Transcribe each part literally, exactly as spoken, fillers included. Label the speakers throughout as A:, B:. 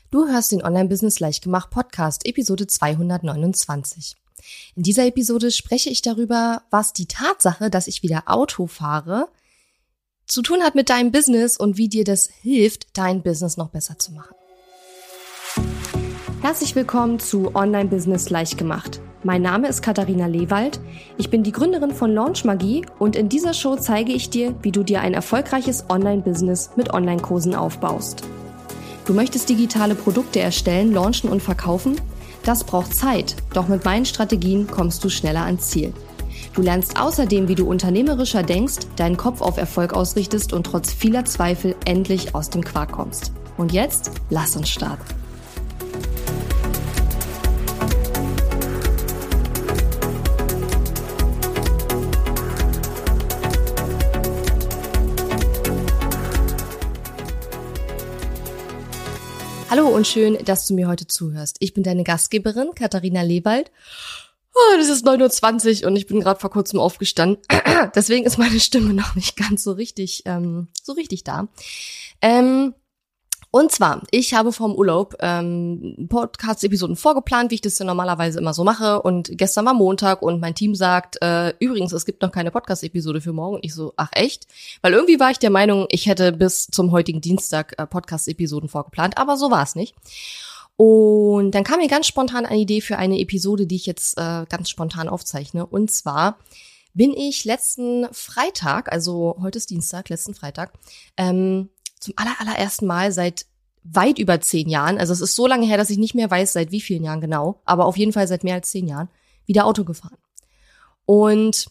A: Du hörst den Online-Business leicht gemacht Podcast, Episode zweihundertneunundzwanzig. In dieser Episode spreche ich darüber, was die Tatsache, dass ich wieder Auto fahre, zu tun hat mit deinem Business und wie dir das hilft, dein Business noch besser zu machen. Herzlich willkommen zu Online-Business leicht gemacht. Mein Name ist Katharina Lewald. Ich bin die Gründerin von Launch Magie und in dieser Show zeige ich dir, wie du dir ein erfolgreiches Online-Business mit Online-Kursen aufbaust. Du möchtest digitale Produkte erstellen, launchen und verkaufen? Das braucht Zeit, doch mit meinen Strategien kommst du schneller ans Ziel. Du lernst außerdem, wie du unternehmerischer denkst, deinen Kopf auf Erfolg ausrichtest und trotz vieler Zweifel endlich aus dem Quark kommst. Und jetzt, lass uns starten. Hallo und schön, dass du mir heute zuhörst. Ich bin deine Gastgeberin, Katharina Lewald. Oh, das ist neun Uhr zwanzig und ich bin gerade vor kurzem aufgestanden. Deswegen ist meine Stimme noch nicht ganz so richtig, ähm, so richtig da. Ähm, und zwar, ich habe vom Urlaub ähm, Podcast-Episoden vorgeplant, wie ich das ja normalerweise immer so mache. Und gestern war Montag und mein Team sagt, äh, übrigens, es gibt noch keine Podcast-Episode für morgen. Und ich so, ach echt? Weil irgendwie war ich der Meinung, ich hätte bis zum heutigen Dienstag äh, Podcast-Episoden vorgeplant, aber so war es nicht. Und dann kam mir ganz spontan eine Idee für eine Episode, die ich jetzt äh, ganz spontan aufzeichne. Und zwar bin ich letzten Freitag, also heute ist Dienstag, letzten Freitag, ähm, zum aller, allerersten Mal seit weit über zehn Jahren, also es ist so lange her, dass ich nicht mehr weiß, seit wie vielen Jahren genau, aber auf jeden Fall seit mehr als zehn Jahren, wieder Auto gefahren. Und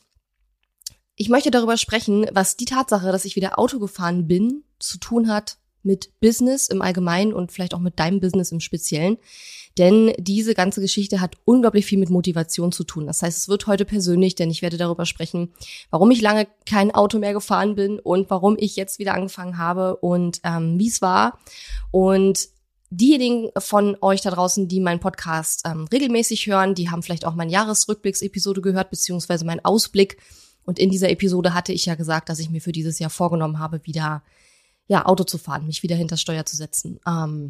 A: ich möchte darüber sprechen, was die Tatsache, dass ich wieder Auto gefahren bin, zu tun hat mit Business im Allgemeinen und vielleicht auch mit deinem Business im Speziellen. Denn diese ganze Geschichte hat unglaublich viel mit Motivation zu tun. Das heißt, es wird heute persönlich, denn ich werde darüber sprechen, warum ich lange kein Auto mehr gefahren bin und warum ich jetzt wieder angefangen habe und ähm, wie es war. Und diejenigen von euch da draußen, die meinen Podcast ähm, regelmäßig hören, die haben vielleicht auch meine Jahresrückblicks-Episode gehört, beziehungsweise meinen Ausblick. Und in dieser Episode hatte ich ja gesagt, dass ich mir für dieses Jahr vorgenommen habe, wieder ja Auto zu fahren, mich wieder hinter Steuer zu setzen. Ähm,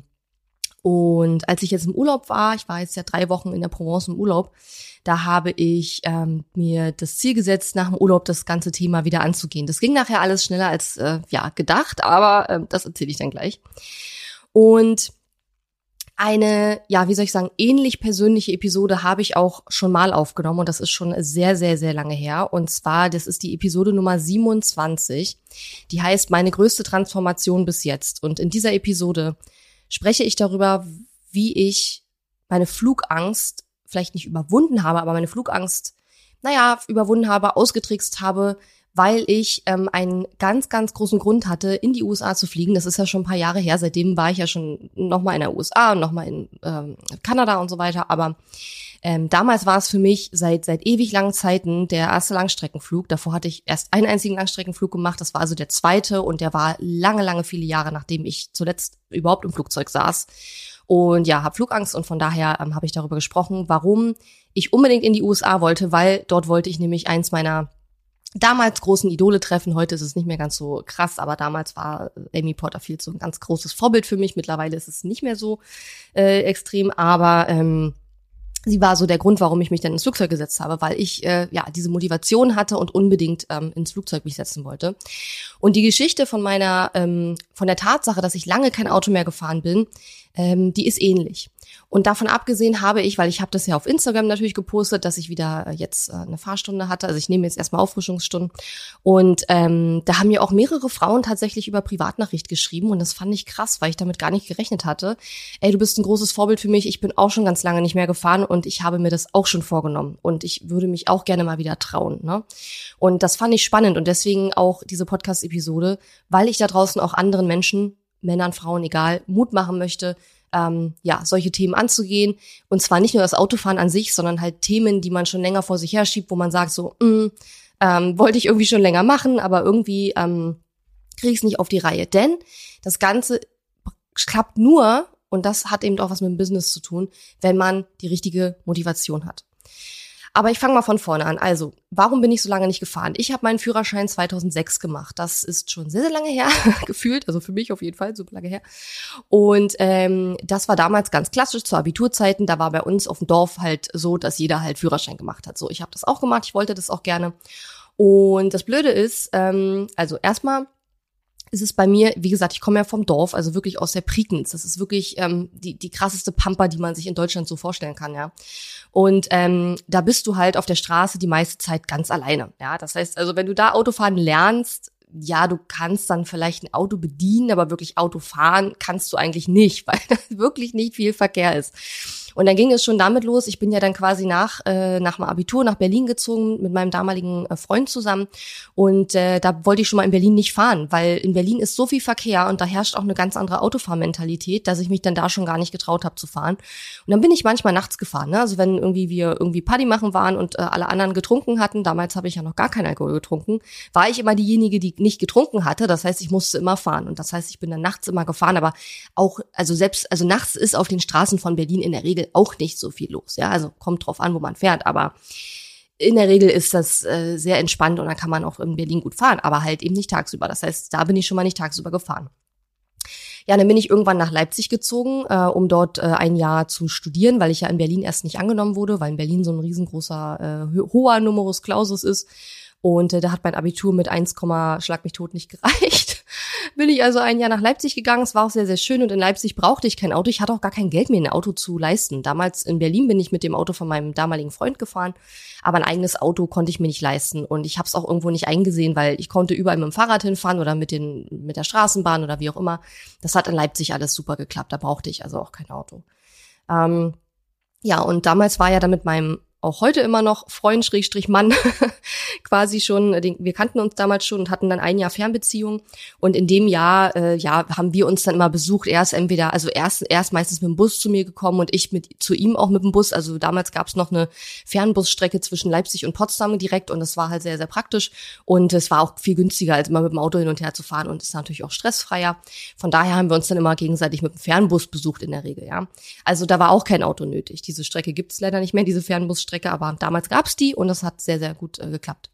A: Und als ich jetzt im Urlaub war, ich war jetzt ja drei Wochen in der Provence im Urlaub, da habe ich ähm, mir das Ziel gesetzt, nach dem Urlaub das ganze Thema wieder anzugehen. Das ging nachher alles schneller als äh, ja gedacht, aber äh, das erzähle ich dann gleich. Und eine, ja, wie soll ich sagen, ähnlich persönliche Episode habe ich auch schon mal aufgenommen und das ist schon sehr, sehr, sehr lange her. Und zwar, das ist die Episode Nummer siebenundzwanzig, die heißt Meine größte Transformation bis jetzt. Und in dieser Episode spreche ich darüber, wie ich meine Flugangst vielleicht nicht überwunden habe, aber meine Flugangst, naja, überwunden habe, ausgetrickst habe, weil ich ähm, einen ganz, ganz großen Grund hatte, in die U S A zu fliegen. Das ist ja schon ein paar Jahre her. Seitdem war ich ja schon nochmal in der U S A und nochmal in ähm, Kanada und so weiter. Aber ähm, damals war es für mich seit seit ewig langen Zeiten der erste Langstreckenflug. Davor hatte ich erst einen einzigen Langstreckenflug gemacht. Das war also der zweite und der war lange, lange viele Jahre, nachdem ich zuletzt überhaupt im Flugzeug saß. Und ja, habe Flugangst und von daher ähm, habe ich darüber gesprochen, warum ich unbedingt in die U S A wollte, weil dort wollte ich nämlich eins meiner damals großen Idole treffen. Heute ist es nicht mehr ganz so krass, aber damals war Amy Porterfield so ein ganz großes Vorbild für mich. Mittlerweile ist es nicht mehr so äh, extrem, aber ähm, sie war so der Grund, warum ich mich dann ins Flugzeug gesetzt habe, weil ich äh, ja diese Motivation hatte und unbedingt ähm, ins Flugzeug mich setzen wollte. Und die Geschichte von meiner, ähm, von der Tatsache, dass ich lange kein Auto mehr gefahren bin, ähm, die ist ähnlich. Und davon abgesehen habe ich, weil ich habe das ja auf Instagram natürlich gepostet, dass ich wieder jetzt äh, eine Fahrstunde hatte. Also ich nehme jetzt erstmal Auffrischungsstunden. Und ähm, da haben mir auch mehrere Frauen tatsächlich über Privatnachricht geschrieben. Und das fand ich krass, weil ich damit gar nicht gerechnet hatte. Ey, du bist ein großes Vorbild für mich. Ich bin auch schon ganz lange nicht mehr gefahren und ich habe mir das auch schon vorgenommen. Und ich würde mich auch gerne mal wieder trauen. Ne? Und das fand ich spannend. Und deswegen auch diese Podcast-Episode, weil ich da draußen auch anderen Menschen, Männern, Frauen, egal, Mut machen möchte, ähm, ja, solche Themen anzugehen. Und zwar nicht nur das Autofahren an sich, sondern halt Themen, die man schon länger vor sich her schiebt, wo man sagt so, mh, ähm, wollte ich irgendwie schon länger machen, aber irgendwie ähm, kriege ich es nicht auf die Reihe. Denn das Ganze klappt nur, und das hat eben auch was mit dem Business zu tun, wenn man die richtige Motivation hat. Aber ich fange mal von vorne an. Also, warum bin ich so lange nicht gefahren? Ich habe meinen Führerschein zweitausendsechs gemacht. Das ist schon sehr, sehr lange her, gefühlt. Also für mich auf jeden Fall, super lange her. Und ähm, das war damals ganz klassisch zu Abiturzeiten. Da war bei uns auf dem Dorf halt so, dass jeder halt Führerschein gemacht hat. So, ich habe das auch gemacht. Ich wollte das auch gerne. Und das Blöde ist, ähm, also erstmal ist es bei mir, wie gesagt, ich komme ja vom Dorf, also wirklich aus der Prignitz. Das ist wirklich ähm, die die krasseste Pampa, die man sich in Deutschland so vorstellen kann, ja. Und ähm, da bist du halt auf der Straße die meiste Zeit ganz alleine, ja. Das heißt, also wenn du da Autofahren lernst, ja, du kannst dann vielleicht ein Auto bedienen, aber wirklich Auto fahren kannst du eigentlich nicht, weil da wirklich nicht viel Verkehr ist. Und dann ging es schon damit los. Ich bin ja dann quasi nach äh, nach dem Abitur nach Berlin gezogen mit meinem damaligen äh, Freund zusammen. Und äh, da wollte ich schon mal in Berlin nicht fahren, weil in Berlin ist so viel Verkehr und da herrscht auch eine ganz andere Autofahrmentalität, dass ich mich dann da schon gar nicht getraut habe zu fahren. Und dann bin ich manchmal nachts gefahren, ne? Also wenn irgendwie wir irgendwie Party machen waren und äh, alle anderen getrunken hatten, damals habe ich ja noch gar keinen Alkohol getrunken, war ich immer diejenige, die nicht getrunken hatte. Das heißt, ich musste immer fahren. Und das heißt, ich bin dann nachts immer gefahren. Aber auch, also selbst, also nachts ist auf den Straßen von Berlin in der Regel auch nicht so viel los. Ja, also kommt drauf an, wo man fährt. Aber in der Regel ist das äh, sehr entspannt und dann kann man auch in Berlin gut fahren. Aber halt eben nicht tagsüber. Das heißt, da bin ich schon mal nicht tagsüber gefahren. Ja, dann bin ich irgendwann nach Leipzig gezogen, äh, um dort äh, ein Jahr zu studieren, weil ich ja in Berlin erst nicht angenommen wurde, weil in Berlin so ein riesengroßer, äh, hoher Numerus Clausus ist. Und äh, da hat mein Abitur mit eins, schlag mich tot nicht gereicht. Bin ich also ein Jahr nach Leipzig gegangen. Es war auch sehr, sehr schön. Und in Leipzig brauchte ich kein Auto. Ich hatte auch gar kein Geld, mir ein Auto zu leisten. Damals in Berlin bin ich mit dem Auto von meinem damaligen Freund gefahren. Aber ein eigenes Auto konnte ich mir nicht leisten. Und ich habe es auch irgendwo nicht eingesehen, weil ich konnte überall mit dem Fahrrad hinfahren oder mit den mit der Straßenbahn oder wie auch immer. Das hat in Leipzig alles super geklappt. Da brauchte ich also auch kein Auto. Ähm, ja, und damals war ja dann mit meinem auch heute immer noch Freund, Schrägstrich Mann, quasi schon, den, wir kannten uns damals schon und hatten dann ein Jahr Fernbeziehung und in dem Jahr, äh, ja, haben wir uns dann immer besucht, er ist entweder, also erst, erst meistens mit dem Bus zu mir gekommen und ich mit zu ihm auch mit dem Bus, also damals gab es noch eine Fernbusstrecke zwischen Leipzig und Potsdam direkt und das war halt sehr, sehr praktisch und es war auch viel günstiger, als immer mit dem Auto hin und her zu fahren und ist natürlich auch stressfreier, von daher haben wir uns dann immer gegenseitig mit dem Fernbus besucht in der Regel, ja, also da war auch kein Auto nötig, diese Strecke gibt es leider nicht mehr, diese Fernbusstrecke, aber damals gab's die und das hat sehr, sehr gut äh, geklappt.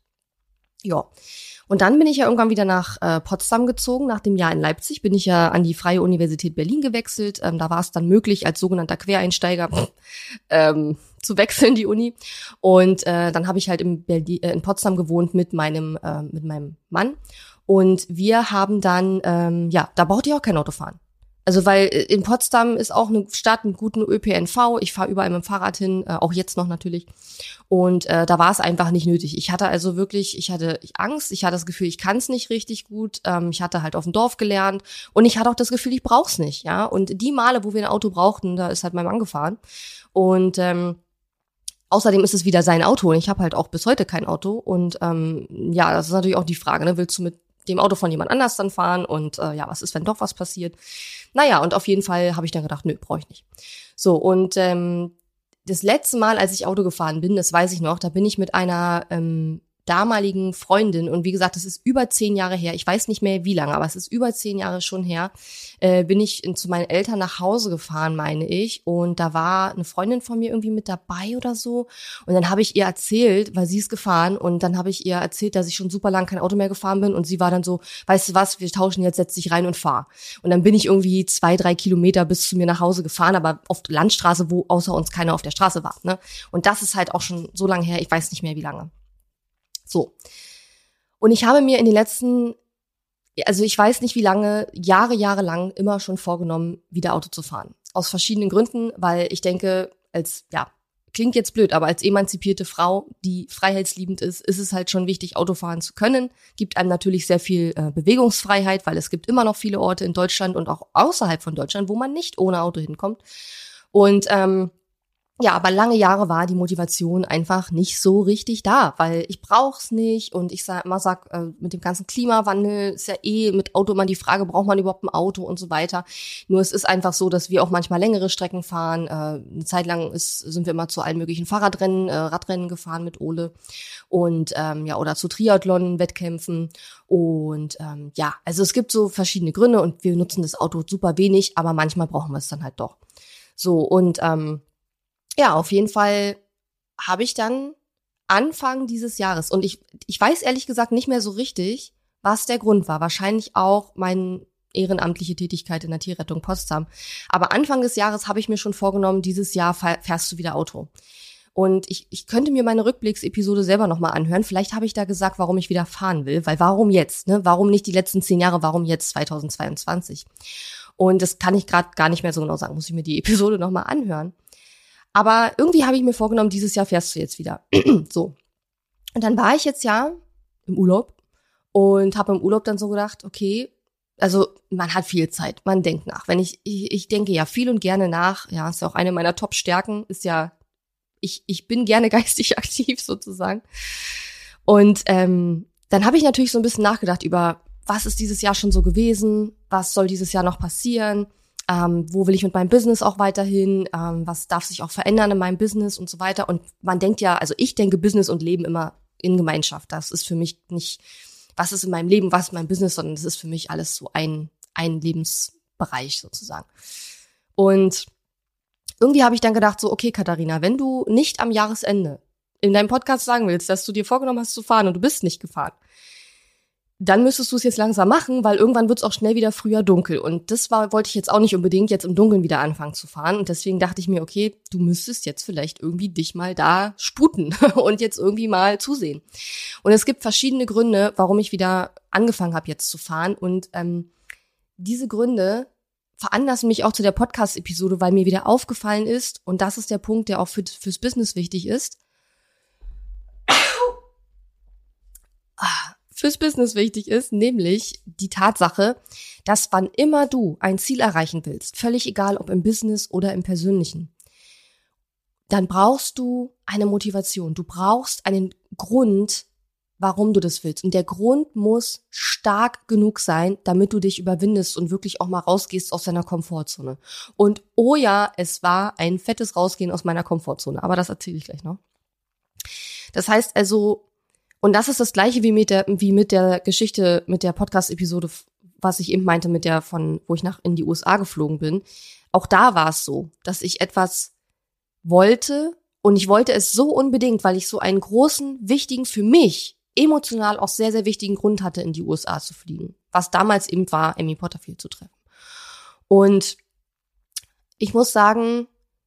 A: Ja, und dann bin ich ja irgendwann wieder nach äh, Potsdam gezogen. Nach dem Jahr in Leipzig bin ich ja an die Freie Universität Berlin gewechselt. Ähm, da war es dann möglich, als sogenannter Quereinsteiger ähm, zu wechseln, die Uni. Und äh, dann habe ich halt in, Berlin, äh, in Potsdam gewohnt mit meinem äh, mit meinem Mann. Und wir haben dann, ähm, ja, da brauchte ich auch kein Auto fahren. Also weil in Potsdam ist auch eine Stadt mit gutem Ö P N V. Ich fahre überall mit dem Fahrrad hin, äh, auch jetzt noch natürlich. Und äh, da war es einfach nicht nötig. Ich hatte also wirklich, ich hatte Angst, ich hatte das Gefühl, ich kann es nicht richtig gut. Ähm, ich hatte halt auf dem Dorf gelernt und ich hatte auch das Gefühl, ich brauch's nicht. Ja. Und die Male, wo wir ein Auto brauchten, da ist halt mein Mann gefahren. Und ähm, außerdem ist es wieder sein Auto und ich habe halt auch bis heute kein Auto. Und ähm, ja, das ist natürlich auch die Frage, ne? Willst du mit dem Auto von jemand anders dann fahren und äh, ja, was ist, wenn doch was passiert? Naja, und auf jeden Fall habe ich dann gedacht, nö, brauche ich nicht. So, und ähm, das letzte Mal, als ich Auto gefahren bin, das weiß ich noch, da bin ich mit einer ähm, damaligen Freundin, und wie gesagt, das ist über zehn Jahre her, ich weiß nicht mehr wie lange, aber es ist über zehn Jahre schon her, äh, bin ich in, zu meinen Eltern nach Hause gefahren, meine ich, und da war eine Freundin von mir irgendwie mit dabei oder so, und dann habe ich ihr erzählt, weil sie ist gefahren, und dann habe ich ihr erzählt, dass ich schon super lang kein Auto mehr gefahren bin, und sie war dann so, weißt du was, wir tauschen jetzt, setz dich rein und fahr. Und dann bin ich irgendwie zwei, drei Kilometer bis zu mir nach Hause gefahren, aber auf der Landstraße, wo außer uns keiner auf der Straße war, ne? Und das ist halt auch schon so lange her, ich weiß nicht mehr wie lange. So. Und ich habe mir in den letzten, also ich weiß nicht wie lange, Jahre, Jahre lang immer schon vorgenommen, wieder Auto zu fahren. Aus verschiedenen Gründen, weil ich denke, als, ja, klingt jetzt blöd, aber als emanzipierte Frau, die freiheitsliebend ist, ist es halt schon wichtig, Auto fahren zu können. Gibt einem natürlich sehr viel äh, Bewegungsfreiheit, weil es gibt immer noch viele Orte in Deutschland und auch außerhalb von Deutschland, wo man nicht ohne Auto hinkommt. Und, ähm, ja, aber lange Jahre war die Motivation einfach nicht so richtig da, weil ich brauch's nicht und ich sag, immer sag, äh, mit dem ganzen Klimawandel ist ja eh mit Auto immer die Frage, braucht man überhaupt ein Auto und so weiter. Nur es ist einfach so, dass wir auch manchmal längere Strecken fahren. Äh, eine Zeit lang ist, sind wir immer zu allen möglichen Fahrradrennen, äh, Radrennen gefahren mit Ole und ähm, ja, oder zu Triathlon-Wettkämpfen. Und ähm, ja, also es gibt so verschiedene Gründe und wir nutzen das Auto super wenig, aber manchmal brauchen wir es dann halt doch. So, und ähm, ja, auf jeden Fall habe ich dann Anfang dieses Jahres, und ich, ich weiß ehrlich gesagt nicht mehr so richtig, was der Grund war. Wahrscheinlich auch meine ehrenamtliche Tätigkeit in der Tierrettung Potsdam. Aber Anfang des Jahres habe ich mir schon vorgenommen, dieses Jahr fährst du wieder Auto. Und ich, ich könnte mir meine Rückblicksepisode selber nochmal anhören. Vielleicht habe ich da gesagt, warum ich wieder fahren will. Weil warum jetzt? Ne? Warum nicht die letzten zehn Jahre? Warum jetzt zweitausendzweiundzwanzig? Und das kann ich gerade gar nicht mehr so genau sagen. Muss ich mir die Episode nochmal anhören. Aber irgendwie habe ich mir vorgenommen, dieses Jahr fährst du jetzt wieder. So. Und dann war ich jetzt ja im Urlaub und habe im Urlaub dann so gedacht, okay, also man hat viel Zeit, man denkt nach. Wenn ich, ich, ich denke ja viel und gerne nach, ja, ist ja auch eine meiner Top-Stärken, ist ja, ich, ich bin gerne geistig aktiv sozusagen. Und ähm, dann habe ich natürlich so ein bisschen nachgedacht über, was ist dieses Jahr schon so gewesen, was soll dieses Jahr noch passieren, ähm, wo will ich mit meinem Business auch weiterhin, ähm, was darf sich auch verändern in meinem Business und so weiter. Und man denkt ja, also ich denke Business und Leben immer in Gemeinschaft. Das ist für mich nicht, was ist in meinem Leben, was ist mein Business, sondern das ist für mich alles so ein, ein Lebensbereich sozusagen. Und irgendwie habe ich dann gedacht so, okay Katharina, wenn du nicht am Jahresende in deinem Podcast sagen willst, dass du dir vorgenommen hast zu fahren und du bist nicht gefahren, dann müsstest du es jetzt langsam machen, weil irgendwann wird es auch schnell wieder früher dunkel. Und das war, wollte ich jetzt auch nicht unbedingt jetzt im Dunkeln wieder anfangen zu fahren. Und deswegen dachte ich mir, okay, du müsstest jetzt vielleicht irgendwie dich mal da sputen und jetzt irgendwie mal zusehen. Und es gibt verschiedene Gründe, warum ich wieder angefangen habe jetzt zu fahren. Und ähm, diese Gründe veranlassen mich auch zu der Podcast-Episode, weil mir wieder aufgefallen ist, und das ist der Punkt, der auch für, fürs Business wichtig ist, fürs Business wichtig ist, nämlich die Tatsache, dass wann immer du ein Ziel erreichen willst, völlig egal ob im Business oder im Persönlichen, dann brauchst du eine Motivation. Du brauchst einen Grund, warum du das willst. Und der Grund muss stark genug sein, damit du dich überwindest und wirklich auch mal rausgehst aus deiner Komfortzone. Und oh ja, es war ein fettes Rausgehen aus meiner Komfortzone, aber das erzähle ich gleich noch. Das heißt also, und das ist das Gleiche wie mit der, wie mit der Geschichte, mit der Podcast-Episode, was ich eben meinte, mit der von, wo ich nach in die U S A geflogen bin. Auch da war es so, dass ich etwas wollte und ich wollte es so unbedingt, weil ich so einen großen, wichtigen, für mich emotional auch sehr, sehr wichtigen Grund hatte, in die U S A zu fliegen. Was damals eben war, Amy Porterfield zu treffen. Und ich muss sagen,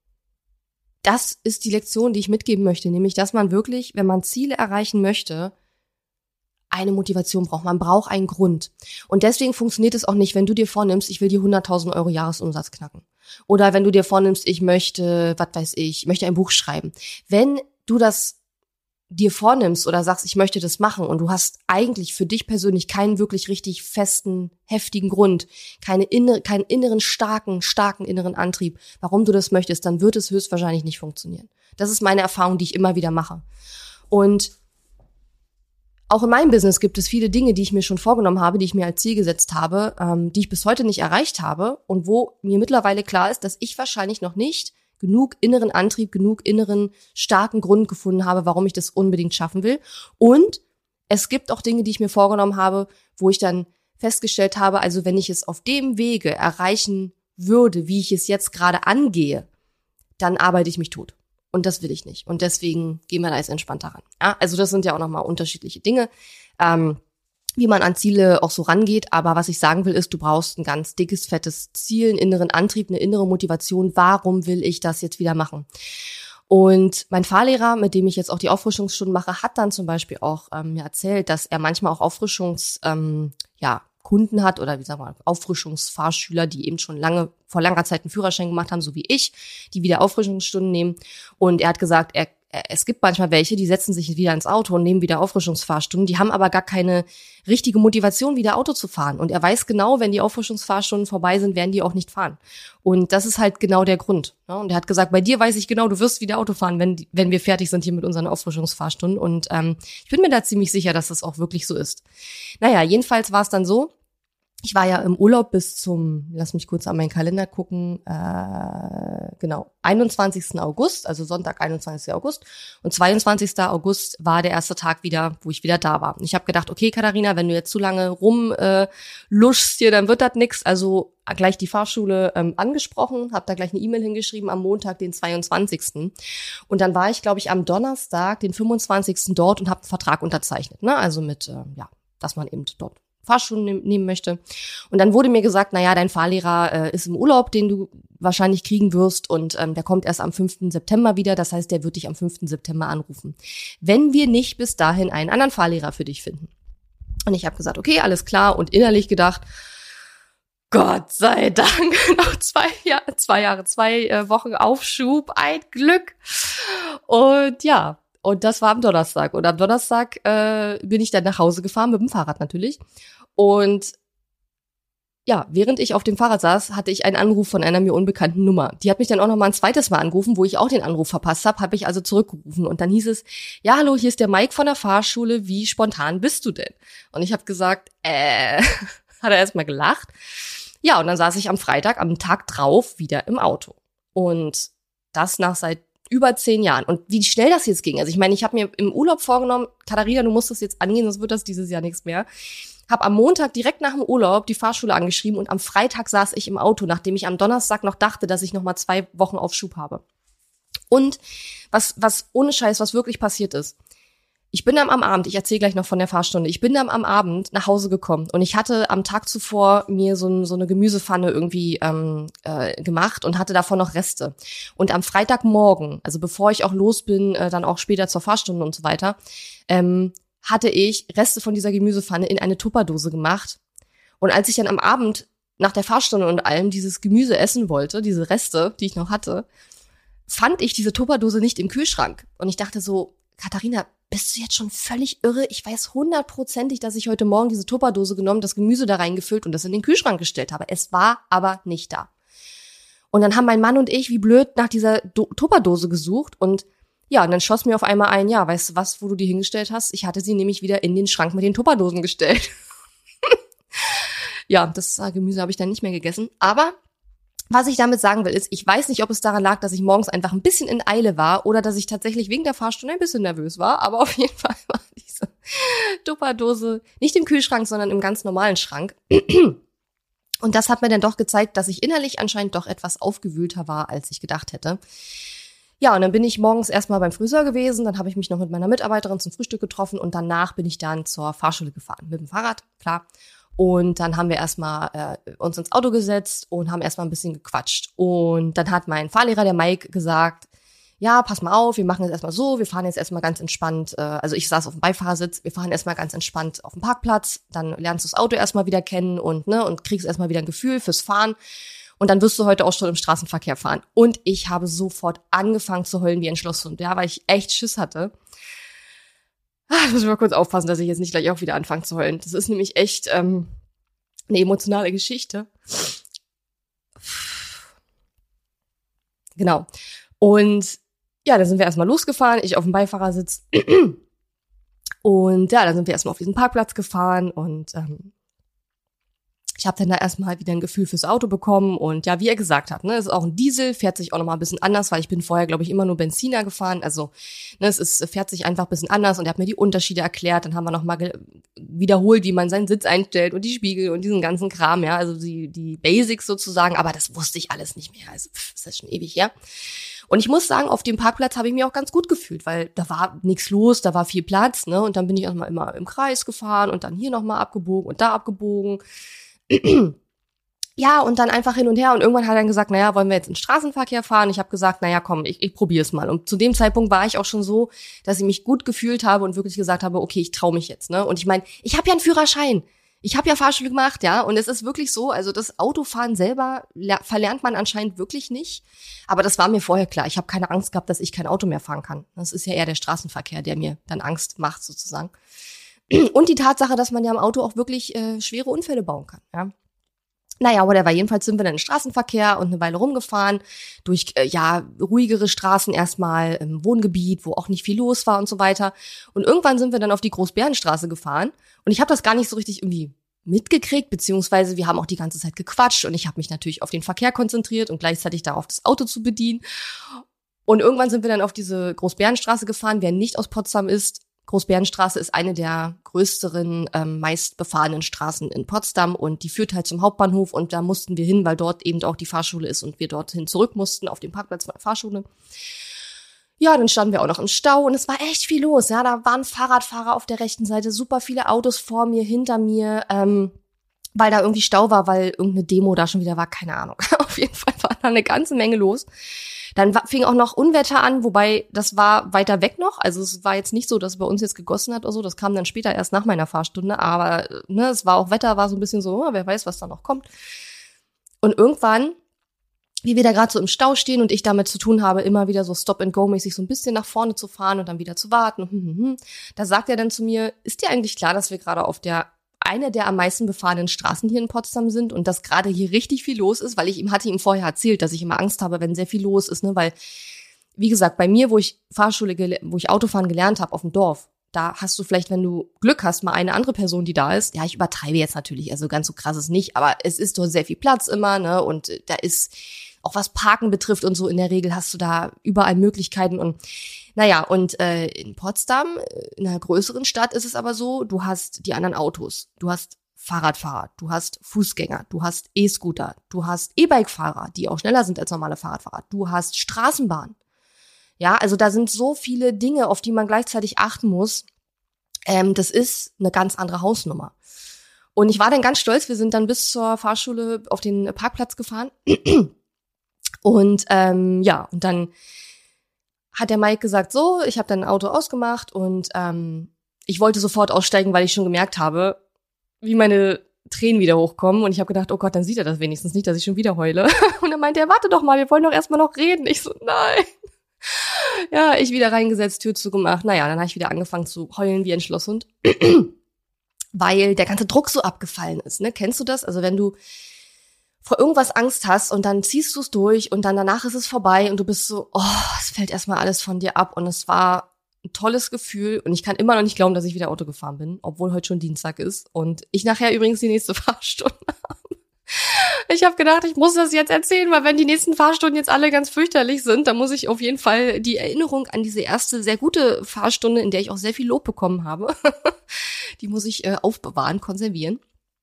A: das ist die Lektion, die ich mitgeben möchte, nämlich, dass man wirklich, wenn man Ziele erreichen möchte, eine Motivation braucht. Man braucht einen Grund. Und deswegen funktioniert es auch nicht, wenn du dir vornimmst, ich will dir hunderttausend Euro Jahresumsatz knacken. Oder wenn du dir vornimmst, ich möchte, was weiß ich, möchte ein Buch schreiben. Wenn du das dir vornimmst oder sagst, ich möchte das machen und du hast eigentlich für dich persönlich keinen wirklich richtig festen, heftigen Grund, keine innere, keinen inneren starken, starken inneren Antrieb, warum du das möchtest, dann wird es höchstwahrscheinlich nicht funktionieren. Das ist meine Erfahrung, die ich immer wieder mache. Und auch in meinem Business gibt es viele Dinge, die ich mir schon vorgenommen habe, die ich mir als Ziel gesetzt habe, ähm, die ich bis heute nicht erreicht habe und wo mir mittlerweile klar ist, dass ich wahrscheinlich noch nicht genug inneren Antrieb, genug inneren starken Grund gefunden habe, warum ich das unbedingt schaffen will. Und es gibt auch Dinge, die ich mir vorgenommen habe, wo ich dann festgestellt habe, also wenn ich es auf dem Wege erreichen würde, wie ich es jetzt gerade angehe, dann arbeite ich mich tot. Und das will ich nicht. Und deswegen gehen wir da jetzt entspannter ran. Ja, also das sind ja auch nochmal unterschiedliche Dinge, ähm, wie man an Ziele auch so rangeht. Aber was ich sagen will, ist, du brauchst ein ganz dickes, fettes Ziel, einen inneren Antrieb, eine innere Motivation. Warum will ich das jetzt wieder machen? Und mein Fahrlehrer, mit dem ich jetzt auch die Auffrischungsstunden mache, hat dann zum Beispiel auch ähm, mir erzählt, dass er manchmal auch Auffrischungs, ähm, ja, Kunden hat oder wie sagen wir, Auffrischungsfahrschüler, die eben schon lange, vor langer Zeit einen Führerschein gemacht haben, so wie ich, die wieder Auffrischungsstunden nehmen. Und er hat gesagt, er, er, es gibt manchmal welche, die setzen sich wieder ins Auto und nehmen wieder Auffrischungsfahrstunden. Die haben aber gar keine richtige Motivation, wieder Auto zu fahren. Und er weiß genau, wenn die Auffrischungsfahrstunden vorbei sind, werden die auch nicht fahren. Und das ist halt genau der Grund. Ne? Und er hat gesagt, bei dir weiß ich genau, du wirst wieder Auto fahren, wenn, wenn wir fertig sind hier mit unseren Auffrischungsfahrstunden. Und ähm, ich bin mir da ziemlich sicher, dass das auch wirklich so ist. Naja, jedenfalls war es dann so, ich war ja im Urlaub bis zum, lass mich kurz an meinen Kalender gucken, äh, genau, einundzwanzigsten August, also Sonntag, einundzwanzigsten August. Und zweiundzwanzigsten August war der erste Tag wieder, wo ich wieder da war. Und ich habe gedacht, okay, Katharina, wenn du jetzt zu lange rumluschst äh, luschst hier, dann wird das nix. Also gleich die Fahrschule ähm, angesprochen, habe da gleich eine E-Mail hingeschrieben am Montag, den zweiundzwanzigsten Und dann war ich, glaube ich, am Donnerstag, den fünfundzwanzigsten dort und habe einen Vertrag unterzeichnet. Ne? Also mit, äh, ja, dass man eben dort Fahrschulen nehm, nehmen möchte. Und dann wurde mir gesagt, na ja, dein Fahrlehrer äh, ist im Urlaub, den du wahrscheinlich kriegen wirst und ähm, der kommt erst am fünften September wieder. Das heißt, der wird dich am fünften September anrufen, wenn wir nicht bis dahin einen anderen Fahrlehrer für dich finden. Und ich habe gesagt, okay, alles klar und innerlich gedacht, Gott sei Dank, noch zwei Jahre, zwei Jahre, zwei äh, Wochen Aufschub, ein Glück. Und ja, und das war am Donnerstag. Und am Donnerstag äh, bin ich dann nach Hause gefahren, mit dem Fahrrad natürlich. Und ja, während ich auf dem Fahrrad saß, hatte ich einen Anruf von einer mir unbekannten Nummer. Die hat mich dann auch noch mal ein zweites Mal angerufen, wo ich auch den Anruf verpasst habe, habe ich also zurückgerufen. Und dann hieß es, ja, hallo, hier ist der Mike von der Fahrschule, wie spontan bist du denn? Und ich habe gesagt, äh, hat er erst mal gelacht. Ja, und dann saß ich am Freitag, am Tag drauf, wieder im Auto. Und das nach seit über zehn Jahren. Und wie schnell das jetzt ging. Also ich meine, ich habe mir im Urlaub vorgenommen, Katharina, du musst das jetzt angehen, sonst wird das dieses Jahr nichts mehr. Habe am Montag direkt nach dem Urlaub die Fahrschule angeschrieben und am Freitag saß ich im Auto, nachdem ich am Donnerstag noch dachte, dass ich noch mal zwei Wochen Aufschub habe. Und was, was ohne Scheiß, was wirklich passiert ist. Ich bin dann am Abend, ich erzähle gleich noch von der Fahrstunde, ich bin dann am Abend nach Hause gekommen und ich hatte am Tag zuvor mir so, so eine Gemüsepfanne irgendwie ähm, äh, gemacht und hatte davon noch Reste. Und am Freitagmorgen, also bevor ich auch los bin, äh, dann auch später zur Fahrstunde und so weiter, ähm, hatte ich Reste von dieser Gemüsepfanne in eine Tupperdose gemacht. Und als ich dann am Abend nach der Fahrstunde und allem dieses Gemüse essen wollte, diese Reste, die ich noch hatte, fand ich diese Tupperdose nicht im Kühlschrank. Und ich dachte so, Katharina, bist du jetzt schon völlig irre? Ich weiß hundertprozentig, dass ich heute Morgen diese Tupperdose genommen, das Gemüse da reingefüllt und das in den Kühlschrank gestellt habe. Es war aber nicht da. Und dann haben mein Mann und ich wie blöd nach dieser Do- Tupperdose gesucht und ja, und dann schoss mir auf einmal ein, ja, weißt du was, wo du die hingestellt hast? Ich hatte sie nämlich wieder in den Schrank mit den Tupperdosen gestellt. Ja, das Gemüse habe ich dann nicht mehr gegessen. Aber was ich damit sagen will, ist, ich weiß nicht, ob es daran lag, dass ich morgens einfach ein bisschen in Eile war oder dass ich tatsächlich wegen der Fahrstunde ein bisschen nervös war. Aber auf jeden Fall war diese Tupperdose nicht im Kühlschrank, sondern im ganz normalen Schrank. Und das hat mir dann doch gezeigt, dass ich innerlich anscheinend doch etwas aufgewühlter war, als ich gedacht hätte. Ja, und dann bin ich morgens erstmal beim Friseur gewesen, dann habe ich mich noch mit meiner Mitarbeiterin zum Frühstück getroffen und danach bin ich dann zur Fahrschule gefahren, mit dem Fahrrad, klar. Und dann haben wir erstmal äh, uns ins Auto gesetzt und haben erstmal ein bisschen gequatscht. Und dann hat mein Fahrlehrer, der Mike, gesagt, ja, pass mal auf, wir machen jetzt erstmal so, wir fahren jetzt erstmal ganz entspannt, äh, also ich saß auf dem Beifahrersitz, wir fahren erstmal ganz entspannt auf dem Parkplatz, dann lernst du das Auto erstmal wieder kennen und ne und kriegst erstmal wieder ein Gefühl fürs Fahren. Und dann wirst du heute auch schon im Straßenverkehr fahren. Und ich habe sofort angefangen zu heulen wie ein Schlosshund, ja, weil ich echt Schiss hatte. Ah, ich muss mal kurz aufpassen, dass ich jetzt nicht gleich auch wieder anfange zu heulen. Das ist nämlich echt ähm, eine emotionale Geschichte. Genau. Und ja, dann sind wir erstmal losgefahren, ich auf dem Beifahrersitz. Und ja, dann sind wir erstmal auf diesen Parkplatz gefahren und ähm, ich habe dann da erstmal wieder ein Gefühl fürs Auto bekommen und ja, wie er gesagt hat, ne, es ist auch ein Diesel, fährt sich auch nochmal ein bisschen anders, weil ich bin vorher, glaube ich, immer nur Benziner gefahren, also ne, es ist, fährt sich einfach ein bisschen anders und er hat mir die Unterschiede erklärt, dann haben wir nochmal ge- wiederholt, wie man seinen Sitz einstellt und die Spiegel und diesen ganzen Kram, ja, also die die Basics sozusagen, aber das wusste ich alles nicht mehr, also pff, ist das schon ewig her. Und ich muss sagen, auf dem Parkplatz habe ich mich auch ganz gut gefühlt, weil da war nichts los, da war viel Platz, ne, und dann bin ich erstmal immer im Kreis gefahren und dann hier nochmal abgebogen und da abgebogen. Ja, und dann einfach hin und her und irgendwann hat er dann gesagt, naja, wollen wir jetzt in den Straßenverkehr fahren? Ich habe gesagt, naja, komm, ich, ich probiere es mal. Und zu dem Zeitpunkt war ich auch schon so, dass ich mich gut gefühlt habe und wirklich gesagt habe, okay, ich traue mich jetzt, ne? Und ich meine, ich habe ja einen Führerschein. Ich habe ja Fahrschule gemacht, ja, und es ist wirklich so, also das Autofahren selber ler- verlernt man anscheinend wirklich nicht, aber das war mir vorher klar. Ich habe keine Angst gehabt, dass ich kein Auto mehr fahren kann. Das ist ja eher der Straßenverkehr, der mir dann Angst macht sozusagen. Und die Tatsache, dass man ja im Auto auch wirklich äh, schwere Unfälle bauen kann, ja. Naja, whatever, jedenfalls sind wir dann im Straßenverkehr und eine Weile rumgefahren, durch äh, ja ruhigere Straßen erstmal im Wohngebiet, wo auch nicht viel los war und so weiter. Und irgendwann sind wir dann auf die Großbärenstraße gefahren und ich habe das gar nicht so richtig irgendwie mitgekriegt, beziehungsweise wir haben auch die ganze Zeit gequatscht und ich habe mich natürlich auf den Verkehr konzentriert und gleichzeitig darauf, das Auto zu bedienen. Und irgendwann sind wir dann auf diese Großbärenstraße gefahren. Wer nicht aus Potsdam ist, Großbärenstraße ist eine der größeren, ähm, meist befahrenen Straßen in Potsdam und die führt halt zum Hauptbahnhof und da mussten wir hin, weil dort eben auch die Fahrschule ist und wir dorthin zurück mussten auf dem Parkplatz von der Fahrschule. Ja, dann standen wir auch noch im Stau und es war echt viel los. Ja, da waren Fahrradfahrer auf der rechten Seite, super viele Autos vor mir, hinter mir, ähm, weil da irgendwie Stau war, weil irgendeine Demo da schon wieder war, keine Ahnung. Auf jeden Fall war da eine ganze Menge los. Dann fing auch noch Unwetter an, wobei das war weiter weg noch. Also es war jetzt nicht so, dass es bei uns jetzt gegossen hat oder so. Das kam dann später erst nach meiner Fahrstunde. Aber ne, es war auch Wetter, war so ein bisschen so, oh, wer weiß, was da noch kommt. Und irgendwann, wie wir da gerade so im Stau stehen und ich damit zu tun habe, immer wieder so Stop-and-Go-mäßig so ein bisschen nach vorne zu fahren und dann wieder zu warten. Hm, hm, hm. Da sagt er dann zu mir, ist dir eigentlich klar, dass wir gerade auf der eine der am meisten befahrenen Straßen hier in Potsdam sind und dass gerade hier richtig viel los ist, weil ich ihm hatte ihm vorher erzählt, dass ich immer Angst habe, wenn sehr viel los ist, ne, weil wie gesagt, bei mir, wo ich Fahrschule, wo ich Autofahren gelernt habe auf dem Dorf, da hast du vielleicht, wenn du Glück hast, mal eine andere Person, die da ist. Ja, ich übertreibe jetzt natürlich, also ganz so krass ist nicht, aber es ist dort sehr viel Platz immer, ne, und da ist auch was Parken betrifft und so, in der Regel hast du da überall Möglichkeiten und naja, und äh, in Potsdam, in einer größeren Stadt, ist es aber so, du hast die anderen Autos, du hast Fahrradfahrer, du hast Fußgänger, du hast E-Scooter, du hast E-Bike-Fahrer, die auch schneller sind als normale Fahrradfahrer, du hast Straßenbahn. Ja, also da sind so viele Dinge, auf die man gleichzeitig achten muss. Ähm, das ist eine ganz andere Hausnummer. Und ich war dann ganz stolz, wir sind dann bis zur Fahrschule auf den Parkplatz gefahren. Und ähm, ja, und dann hat der Mike gesagt, so, ich habe dann ein Auto ausgemacht und ähm, ich wollte sofort aussteigen, weil ich schon gemerkt habe, wie meine Tränen wieder hochkommen. Und ich habe gedacht, oh Gott, dann sieht er das wenigstens nicht, dass ich schon wieder heule. Und dann meinte er, warte doch mal, wir wollen doch erstmal noch reden. Ich so, nein. Ja, ich wieder reingesetzt, Tür zugemacht. Naja, dann habe ich wieder angefangen zu heulen wie ein Schlosshund. Weil der ganze Druck so abgefallen ist. Ne? Kennst du das? Also wenn du vor irgendwas Angst hast und dann ziehst du es durch und dann danach ist es vorbei und du bist so, oh, es fällt erstmal alles von dir ab und es war ein tolles Gefühl und ich kann immer noch nicht glauben, dass ich wieder Auto gefahren bin, obwohl heute schon Dienstag ist und ich nachher übrigens die nächste Fahrstunde habe. Ich habe gedacht, ich muss das jetzt erzählen, weil wenn die nächsten Fahrstunden jetzt alle ganz fürchterlich sind, dann muss ich auf jeden Fall die Erinnerung an diese erste sehr gute Fahrstunde, in der ich auch sehr viel Lob bekommen habe, die muss ich äh, aufbewahren, konservieren.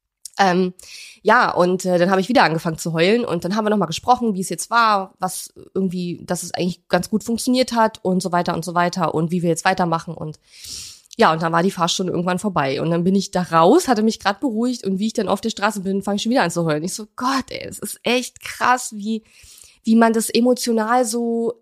A: Ähm, ja, und äh, dann habe ich wieder angefangen zu heulen und dann haben wir nochmal gesprochen, wie es jetzt war, was irgendwie, dass es eigentlich ganz gut funktioniert hat und so weiter und so weiter und wie wir jetzt weitermachen und ja, und dann war die Fahrstunde irgendwann vorbei und dann bin ich da raus, hatte mich gerade beruhigt und wie ich dann auf der Straße bin, fange ich schon wieder an zu heulen. Ich so, Gott, ey, es ist echt krass, wie wie man das emotional so,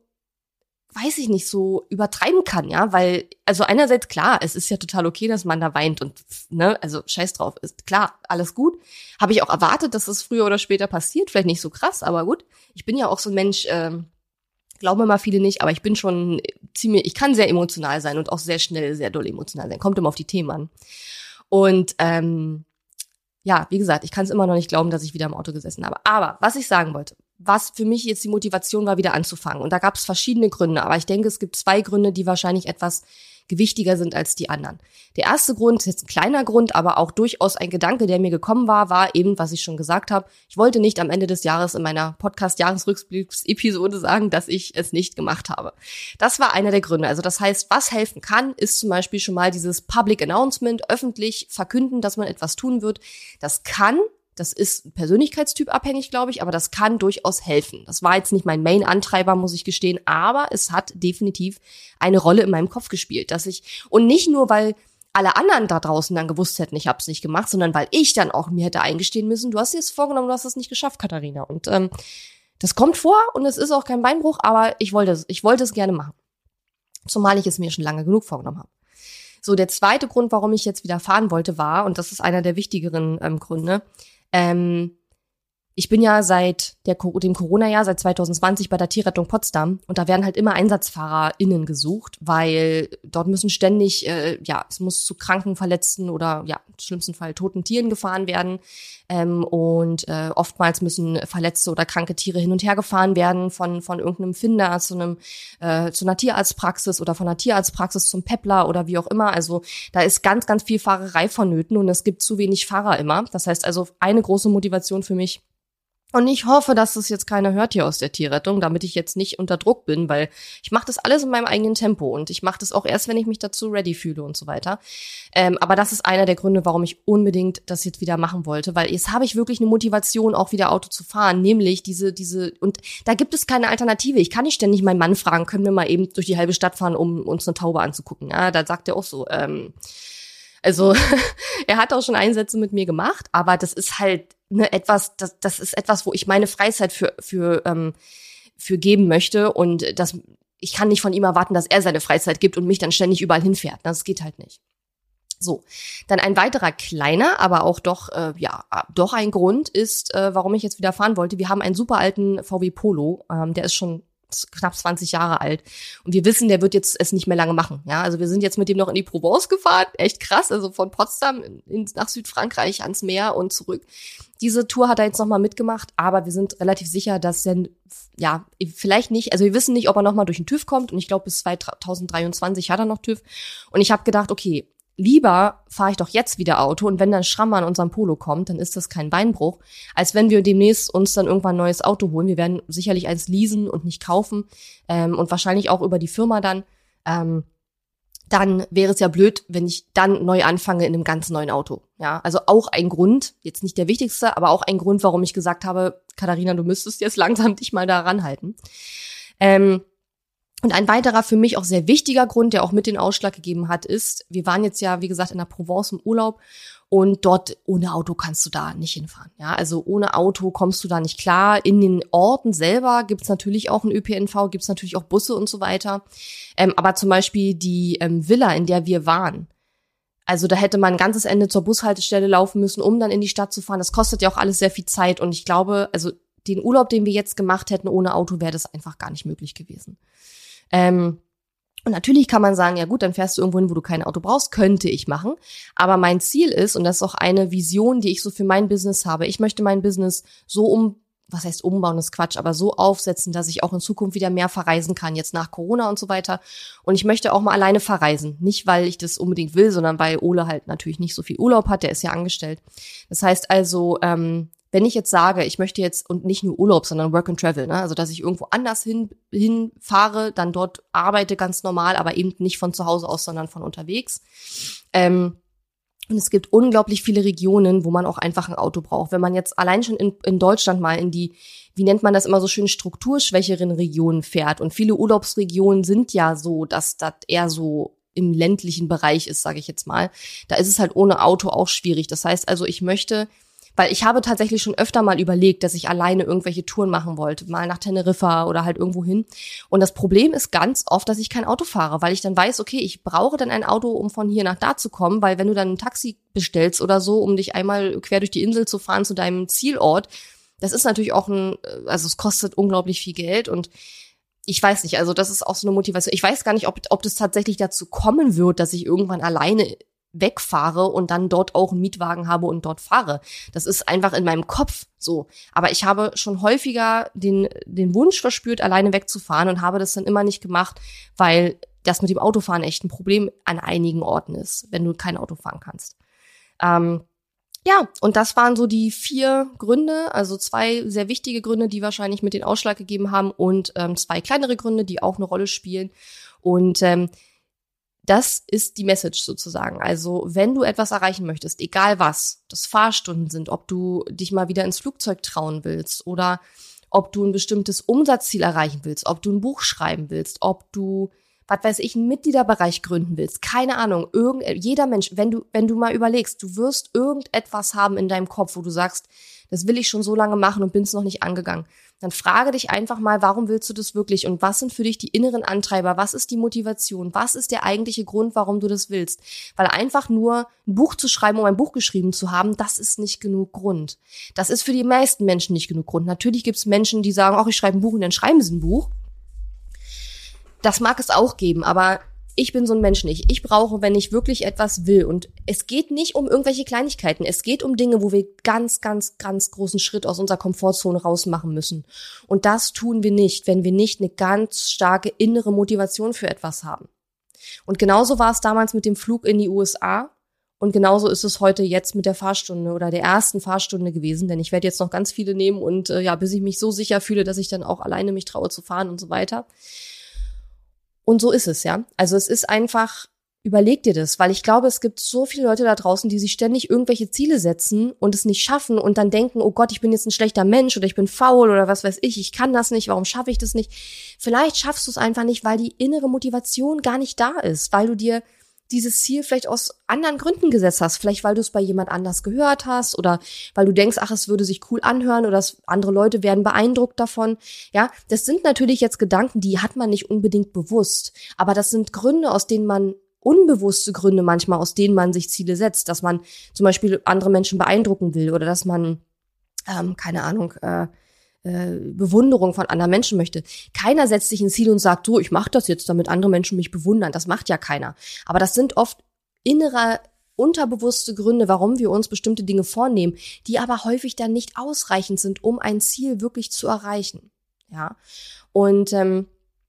A: weiß ich nicht, so übertreiben kann, ja, weil, also einerseits klar, es ist ja total okay, dass man da weint und, ne, also scheiß drauf, ist klar, alles gut. Habe ich auch erwartet, dass das früher oder später passiert, vielleicht nicht so krass, aber gut. Ich bin ja auch so ein Mensch, ähm, glauben immer viele nicht, aber ich bin schon ziemlich, ich kann sehr emotional sein und auch sehr schnell, sehr doll emotional sein, kommt immer auf die Themen an. Und, ähm, ja, wie gesagt, ich kann es immer noch nicht glauben, dass ich wieder im Auto gesessen habe. Aber was ich sagen wollte, was für mich jetzt die Motivation war, wieder anzufangen. Und da gab es verschiedene Gründe, aber ich denke, es gibt zwei Gründe, die wahrscheinlich etwas gewichtiger sind als die anderen. Der erste Grund, ist jetzt ein kleiner Grund, aber auch durchaus ein Gedanke, der mir gekommen war, war eben, was ich schon gesagt habe, ich wollte nicht am Ende des Jahres in meiner Podcast-Jahresrückblicks-Episode sagen, dass ich es nicht gemacht habe. Das war einer der Gründe. Also das heißt, was helfen kann, ist zum Beispiel schon mal dieses Public Announcement, öffentlich verkünden, dass man etwas tun wird. Das kann, das ist Persönlichkeitstyp abhängig, glaube ich, aber das kann durchaus helfen. Das war jetzt nicht mein Main-Antreiber, muss ich gestehen, aber es hat definitiv eine Rolle in meinem Kopf gespielt, dass ich, und nicht nur, weil alle anderen da draußen dann gewusst hätten, ich habe es nicht gemacht, sondern weil ich dann auch mir hätte eingestehen müssen, du hast dir es vorgenommen, du hast es nicht geschafft, Katharina. Und ähm, das kommt vor und es ist auch kein Beinbruch, aber ich wollte es, ich wollte es gerne machen. Zumal ich es mir schon lange genug vorgenommen habe. So, der zweite Grund, warum ich jetzt wieder fahren wollte, war, und das ist einer der wichtigeren ähm, Gründe, Ähm, ich bin ja seit der, dem Corona-Jahr, seit zwanzig zwanzig bei der Tierrettung Potsdam und da werden halt immer EinsatzfahrerInnen gesucht, weil dort müssen ständig, äh, ja, es muss zu kranken, verletzten oder ja, im schlimmsten Fall toten Tieren gefahren werden ähm, und äh, oftmals müssen verletzte oder kranke Tiere hin und her gefahren werden von von irgendeinem Finder zu einem äh, zu einer Tierarztpraxis oder von einer Tierarztpraxis zum Peppler oder wie auch immer. Also da ist ganz, ganz viel Fahrerei vonnöten und es gibt zu wenig Fahrer immer. Das heißt also eine große Motivation für mich. Und ich hoffe, dass das jetzt keiner hört hier aus der Tierrettung, damit ich jetzt nicht unter Druck bin, weil ich mache das alles in meinem eigenen Tempo und ich mache das auch erst, wenn ich mich dazu ready fühle und so weiter. Ähm, aber das ist einer der Gründe, warum ich unbedingt das jetzt wieder machen wollte, weil jetzt habe ich wirklich eine Motivation, auch wieder Auto zu fahren, nämlich diese, diese, und da gibt es keine Alternative. Ich kann nicht ständig meinen Mann fragen, können wir mal eben durch die halbe Stadt fahren, um uns eine Taube anzugucken. Ja, da sagt er auch so, ähm, also er hat auch schon Einsätze mit mir gemacht, aber das ist halt ne, etwas, das, das ist etwas, wo ich meine Freizeit für für ähm, für geben möchte und das, ich kann nicht von ihm erwarten, dass er seine Freizeit gibt und mich dann ständig überall hinfährt. Das geht halt nicht. So, dann ein weiterer kleiner, aber auch doch äh, ja doch ein Grund ist, äh, warum ich jetzt wieder fahren wollte. Wir haben einen super alten V W Polo, ähm, der ist schon knapp zwanzig Jahre alt. Und wir wissen, der wird jetzt es nicht mehr lange machen. Ja, also wir sind jetzt mit dem noch in die Provence gefahren. Echt krass. Also von Potsdam in, nach Südfrankreich ans Meer und zurück. Diese Tour hat er jetzt nochmal mitgemacht. Aber wir sind relativ sicher, dass er, ja, vielleicht nicht, also wir wissen nicht, ob er nochmal durch den TÜV kommt. Und ich glaube, bis zwanzig dreiundzwanzig hat er noch TÜV. Und ich habe gedacht, okay, lieber fahre ich doch jetzt wieder Auto und wenn dann Schrammer an unserem Polo kommt, dann ist das kein Beinbruch, als wenn wir demnächst uns dann irgendwann ein neues Auto holen. Wir werden sicherlich eins leasen und nicht kaufen ähm, und wahrscheinlich auch über die Firma dann. Ähm, dann wäre es ja blöd, wenn ich dann neu anfange in einem ganz neuen Auto. Ja, also auch ein Grund, jetzt nicht der wichtigste, aber auch ein Grund, warum ich gesagt habe, Katharina, du müsstest jetzt langsam dich mal da ranhalten. Ähm, Und ein weiterer für mich auch sehr wichtiger Grund, der auch mit den Ausschlag gegeben hat, ist, wir waren jetzt ja, wie gesagt, in der Provence im Urlaub und dort ohne Auto kannst du da nicht hinfahren. Ja, also ohne Auto kommst du da nicht klar. In den Orten selber gibt's natürlich auch einen Ö P N V, gibt's natürlich auch Busse und so weiter. Ähm, aber zum Beispiel die ähm, Villa, in der wir waren, also da hätte man ein ganzes Ende zur Bushaltestelle laufen müssen, um dann in die Stadt zu fahren. Das kostet ja auch alles sehr viel Zeit und ich glaube, also den Urlaub, den wir jetzt gemacht hätten ohne Auto, wäre das einfach gar nicht möglich gewesen. Ähm, und natürlich kann man sagen, ja gut, dann fährst du irgendwo hin, wo du kein Auto brauchst, könnte ich machen. Aber mein Ziel ist, und das ist auch eine Vision, die ich so für mein Business habe, ich möchte mein Business so um, was heißt umbauen, ist Quatsch, aber so aufsetzen, dass ich auch in Zukunft wieder mehr verreisen kann, jetzt nach Corona und so weiter. Und ich möchte auch mal alleine verreisen. Nicht, weil ich das unbedingt will, sondern weil Ole halt natürlich nicht so viel Urlaub hat, der ist ja angestellt. Das heißt also, ähm, wenn ich jetzt sage, ich möchte jetzt, und nicht nur Urlaub, sondern Work and Travel, ne, also dass ich irgendwo anders hin hinfahre, dann dort arbeite ganz normal, aber eben nicht von zu Hause aus, sondern von unterwegs. Ähm, und es gibt unglaublich viele Regionen, wo man auch einfach ein Auto braucht. Wenn man jetzt allein schon in, in Deutschland mal in die, wie nennt man das immer so schön, strukturschwächeren Regionen fährt. Und viele Urlaubsregionen sind ja so, dass das eher so im ländlichen Bereich ist, sage ich jetzt mal. Da ist es halt ohne Auto auch schwierig. Das heißt also, ich möchte... Weil ich habe tatsächlich schon öfter mal überlegt, dass ich alleine irgendwelche Touren machen wollte, mal nach Teneriffa oder halt irgendwo hin. Und das Problem ist ganz oft, dass ich kein Auto fahre, weil ich dann weiß, okay, ich brauche dann ein Auto, um von hier nach da zu kommen, weil wenn du dann ein Taxi bestellst oder so, um dich einmal quer durch die Insel zu fahren zu deinem Zielort, das ist natürlich auch ein, also es kostet unglaublich viel Geld und ich weiß nicht, also das ist auch so eine Motivation. Ich weiß gar nicht, ob, ob das tatsächlich dazu kommen wird, dass ich irgendwann alleine wegfahre und dann dort auch einen Mietwagen habe und dort fahre. Das ist einfach in meinem Kopf so. Aber ich habe schon häufiger den den Wunsch verspürt, alleine wegzufahren und habe das dann immer nicht gemacht, weil das mit dem Autofahren echt ein Problem an einigen Orten ist, wenn du kein Auto fahren kannst. Ähm, ja, und das waren so die vier Gründe, also zwei sehr wichtige Gründe, die wahrscheinlich mit den Ausschlag gegeben haben und ähm, zwei kleinere Gründe, die auch eine Rolle spielen. Und ähm, das ist die Message sozusagen. Also wenn du etwas erreichen möchtest, egal was, das Fahrstunden sind, ob du dich mal wieder ins Flugzeug trauen willst oder ob du ein bestimmtes Umsatzziel erreichen willst, ob du ein Buch schreiben willst, ob du was weiß ich, einen Mitgliederbereich gründen willst, keine Ahnung, irgend, jeder Mensch, wenn du, wenn du mal überlegst, du wirst irgendetwas haben in deinem Kopf, wo du sagst, das will ich schon so lange machen und bin es noch nicht angegangen. Dann frage dich einfach mal, warum willst du das wirklich und was sind für dich die inneren Antreiber, was ist die Motivation, was ist der eigentliche Grund, warum du das willst? Weil einfach nur ein Buch zu schreiben, um ein Buch geschrieben zu haben, das ist nicht genug Grund. Das ist für die meisten Menschen nicht genug Grund. Natürlich gibt es Menschen, die sagen, ach, ich schreibe ein Buch und dann schreiben sie ein Buch. Das mag es auch geben, aber ich bin so ein Mensch nicht. Ich brauche, wenn ich wirklich etwas will. Und es geht nicht um irgendwelche Kleinigkeiten. Es geht um Dinge, wo wir ganz, ganz, ganz großen Schritt aus unserer Komfortzone rausmachen müssen. Und das tun wir nicht, wenn wir nicht eine ganz starke innere Motivation für etwas haben. Und genauso war es damals mit dem Flug in die U S A. Und genauso ist es heute jetzt mit der Fahrstunde oder der ersten Fahrstunde gewesen. Denn ich werde jetzt noch ganz viele nehmen und äh, ja, bis ich mich so sicher fühle, dass ich dann auch alleine mich traue zu fahren und so weiter. Und so ist es, ja. Also es ist einfach, überleg dir das, weil ich glaube, es gibt so viele Leute da draußen, die sich ständig irgendwelche Ziele setzen und es nicht schaffen und dann denken, oh Gott, ich bin jetzt ein schlechter Mensch oder ich bin faul oder was weiß ich, ich kann das nicht, warum schaffe ich das nicht? Vielleicht schaffst du es einfach nicht, weil die innere Motivation gar nicht da ist, weil du dir dieses Ziel vielleicht aus anderen Gründen gesetzt hast. Vielleicht, weil du es bei jemand anders gehört hast oder weil du denkst, ach, es würde sich cool anhören oder andere Leute werden beeindruckt davon. Ja, das sind natürlich jetzt Gedanken, die hat man nicht unbedingt bewusst. Aber das sind Gründe, aus denen man, unbewusste Gründe manchmal, aus denen man sich Ziele setzt. Dass man zum Beispiel andere Menschen beeindrucken will oder dass man, ähm, keine Ahnung, äh, Bewunderung von anderen Menschen möchte. Keiner setzt sich ein Ziel und sagt, so, ich mache das jetzt, damit andere Menschen mich bewundern. Das macht ja keiner. Aber das sind oft innere, unterbewusste Gründe, warum wir uns bestimmte Dinge vornehmen, die aber häufig dann nicht ausreichend sind, um ein Ziel wirklich zu erreichen. Ja. Und ähm,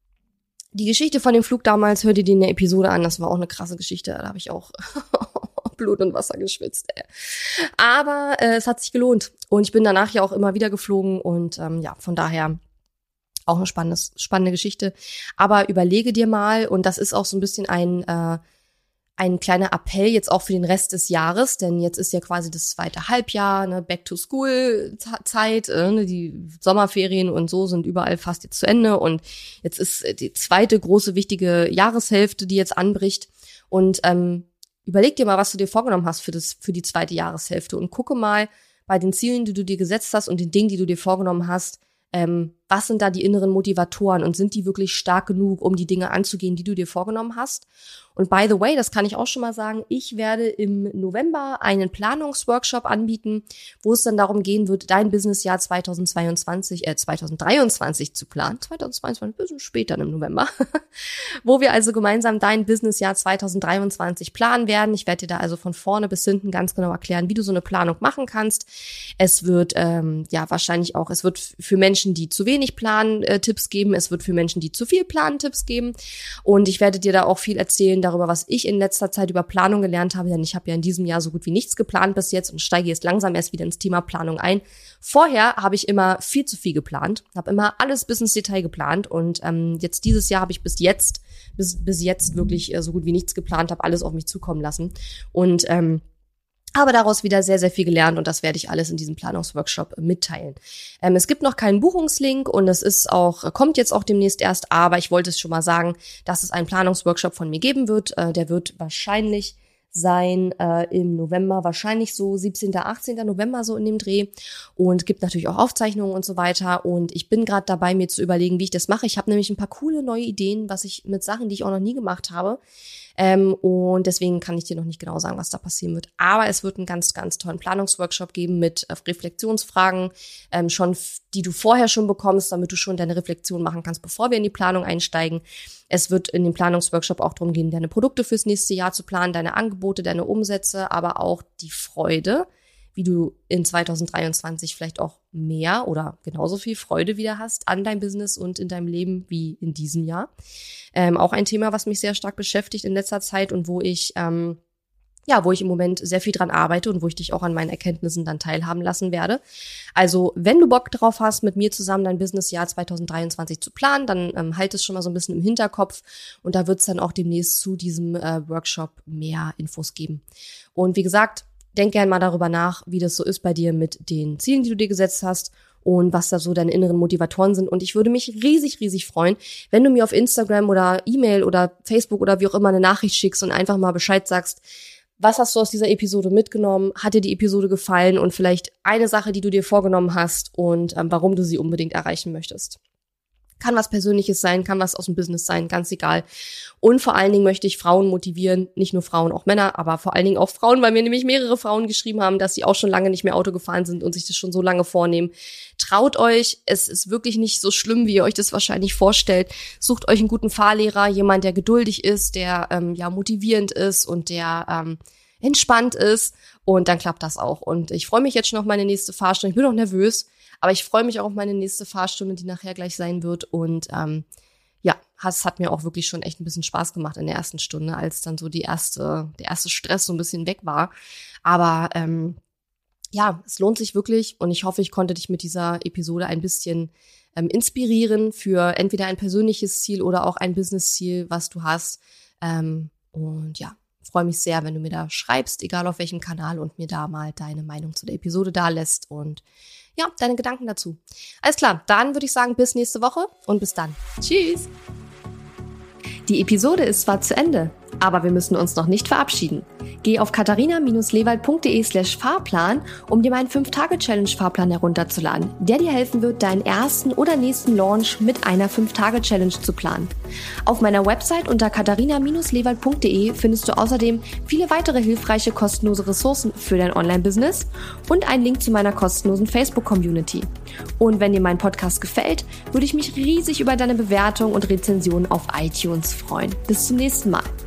A: die Geschichte von dem Flug damals, hört ihr die in der Episode an, das war auch eine krasse Geschichte. Da habe ich auch Blut und Wasser geschwitzt. Ey. Aber äh, es hat sich gelohnt. Und ich bin danach ja auch immer wieder geflogen. Und ähm, ja, von daher auch eine spannende, spannende Geschichte. Aber überlege dir mal, und das ist auch so ein bisschen ein äh, ein kleiner Appell jetzt auch für den Rest des Jahres, denn jetzt ist ja quasi das zweite Halbjahr, ne, Back-to-School-Zeit, äh, die Sommerferien und so sind überall fast jetzt zu Ende und jetzt ist die zweite große wichtige Jahreshälfte, die jetzt anbricht und ähm, überleg dir mal, was du dir vorgenommen hast für das für die zweite Jahreshälfte und gucke mal bei den Zielen, die du dir gesetzt hast und den Dingen, die du dir vorgenommen hast, ähm, was sind da die inneren Motivatoren und sind die wirklich stark genug, um die Dinge anzugehen, die du dir vorgenommen hast? Und by the way, das kann ich auch schon mal sagen, ich werde im November einen Planungsworkshop anbieten, wo es dann darum gehen wird, dein Businessjahr zweitausendzweiundzwanzig, äh, zweitausenddreiundzwanzig zu planen. zweitausendzweiundzwanzig, ein bisschen später im November. Wo wir also gemeinsam dein Businessjahr zweitausenddreiundzwanzig planen werden. Ich werde dir da also von vorne bis hinten ganz genau erklären, wie du so eine Planung machen kannst. Es wird, ähm, ja, wahrscheinlich auch, es wird für Menschen, die zu wenig planen, äh, Tipps geben. Es wird für Menschen, die zu viel planen, Tipps geben. Und ich werde dir da auch viel erzählen darüber, was ich in letzter Zeit über Planung gelernt habe, denn ich habe ja in diesem Jahr so gut wie nichts geplant bis jetzt und steige jetzt langsam erst wieder ins Thema Planung ein. Vorher habe ich immer viel zu viel geplant, habe immer alles bis ins Detail geplant und ähm, jetzt dieses Jahr habe ich bis jetzt, bis, bis jetzt wirklich äh, so gut wie nichts geplant, habe alles auf mich zukommen lassen und ähm, aber daraus wieder sehr, sehr viel gelernt und das werde ich alles in diesem Planungsworkshop mitteilen. Ähm, es gibt noch keinen Buchungslink und es ist auch, kommt jetzt auch demnächst erst, aber ich wollte es schon mal sagen, dass es einen Planungsworkshop von mir geben wird. Äh, der wird wahrscheinlich sein äh, im November, wahrscheinlich so siebzehnten, achtzehnten November so in dem Dreh und gibt natürlich auch Aufzeichnungen und so weiter und ich bin gerade dabei, mir zu überlegen, wie ich das mache. Ich habe nämlich ein paar coole neue Ideen, was ich mit Sachen, die ich auch noch nie gemacht habe, Ähm, und deswegen kann ich dir noch nicht genau sagen, was da passieren wird. Aber es wird einen ganz, ganz tollen Planungsworkshop geben mit äh, Reflexionsfragen, ähm, schon, die du vorher schon bekommst, damit du schon deine Reflexion machen kannst, bevor wir in die Planung einsteigen. Es wird in dem Planungsworkshop auch darum gehen, deine Produkte fürs nächste Jahr zu planen, deine Angebote, deine Umsätze, aber auch die Freude, wie du in zweitausenddreiundzwanzig vielleicht auch mehr oder genauso viel Freude wieder hast an deinem Business und in deinem Leben wie in diesem Jahr. Ähm, auch ein Thema, was mich sehr stark beschäftigt in letzter Zeit und wo ich ähm, ja, wo ich im Moment sehr viel dran arbeite und wo ich dich auch an meinen Erkenntnissen dann teilhaben lassen werde. Also, wenn du Bock drauf hast, mit mir zusammen dein Businessjahr zweitausenddreiundzwanzig zu planen, dann ähm, halt es schon mal so ein bisschen im Hinterkopf und da wird es dann auch demnächst zu diesem äh, Workshop mehr Infos geben. Und wie gesagt, denk gern mal darüber nach, wie das so ist bei dir mit den Zielen, die du dir gesetzt hast und was da so deine inneren Motivatoren sind. Und ich würde mich riesig, riesig freuen, wenn du mir auf Instagram oder E-Mail oder Facebook oder wie auch immer eine Nachricht schickst und einfach mal Bescheid sagst, was hast du aus dieser Episode mitgenommen? Hat dir die Episode gefallen? Und vielleicht eine Sache, die du dir vorgenommen hast und ähm, warum du sie unbedingt erreichen möchtest. Kann was Persönliches sein, kann was aus dem Business sein, ganz egal. Und vor allen Dingen möchte ich Frauen motivieren, nicht nur Frauen, auch Männer, aber vor allen Dingen auch Frauen, weil mir nämlich mehrere Frauen geschrieben haben, dass sie auch schon lange nicht mehr Auto gefahren sind und sich das schon so lange vornehmen. Traut euch, es ist wirklich nicht so schlimm, wie ihr euch das wahrscheinlich vorstellt. Sucht euch einen guten Fahrlehrer, jemand, der geduldig ist, der ähm, ja motivierend ist und der ähm, entspannt ist und dann klappt das auch. Und ich freue mich jetzt schon auf meine nächste Fahrstunde. Ich bin auch nervös, aber ich freue mich auch auf meine nächste Fahrstunde, die nachher gleich sein wird. Und ähm, ja, es hat mir auch wirklich schon echt ein bisschen Spaß gemacht in der ersten Stunde, als dann so die erste, der erste Stress so ein bisschen weg war. Aber ähm, ja, es lohnt sich wirklich und ich hoffe, ich konnte dich mit dieser Episode ein bisschen ähm, inspirieren für entweder ein persönliches Ziel oder auch ein Business-Ziel, was du hast. Ähm, und ja, freue mich sehr, wenn du mir da schreibst, egal auf welchem Kanal, und mir da mal deine Meinung zu der Episode da lässt und ja, deine Gedanken dazu. Alles klar, dann würde ich sagen, bis nächste Woche und bis dann. Tschüss! Die Episode ist zwar zu Ende, aber wir müssen uns noch nicht verabschieden. Geh auf katharina-lewald.de slash Fahrplan, um dir meinen fünf Tage Challenge Fahrplan herunterzuladen, der dir helfen wird, deinen ersten oder nächsten Launch mit einer fünf Tage Challenge zu planen. Auf meiner Website unter katharina-lewald punkt de findest du außerdem viele weitere hilfreiche kostenlose Ressourcen für dein Online-Business und einen Link zu meiner kostenlosen Facebook-Community. Und wenn dir mein Podcast gefällt, würde ich mich riesig über deine Bewertung und Rezension auf iTunes freuen. Bis zum nächsten Mal.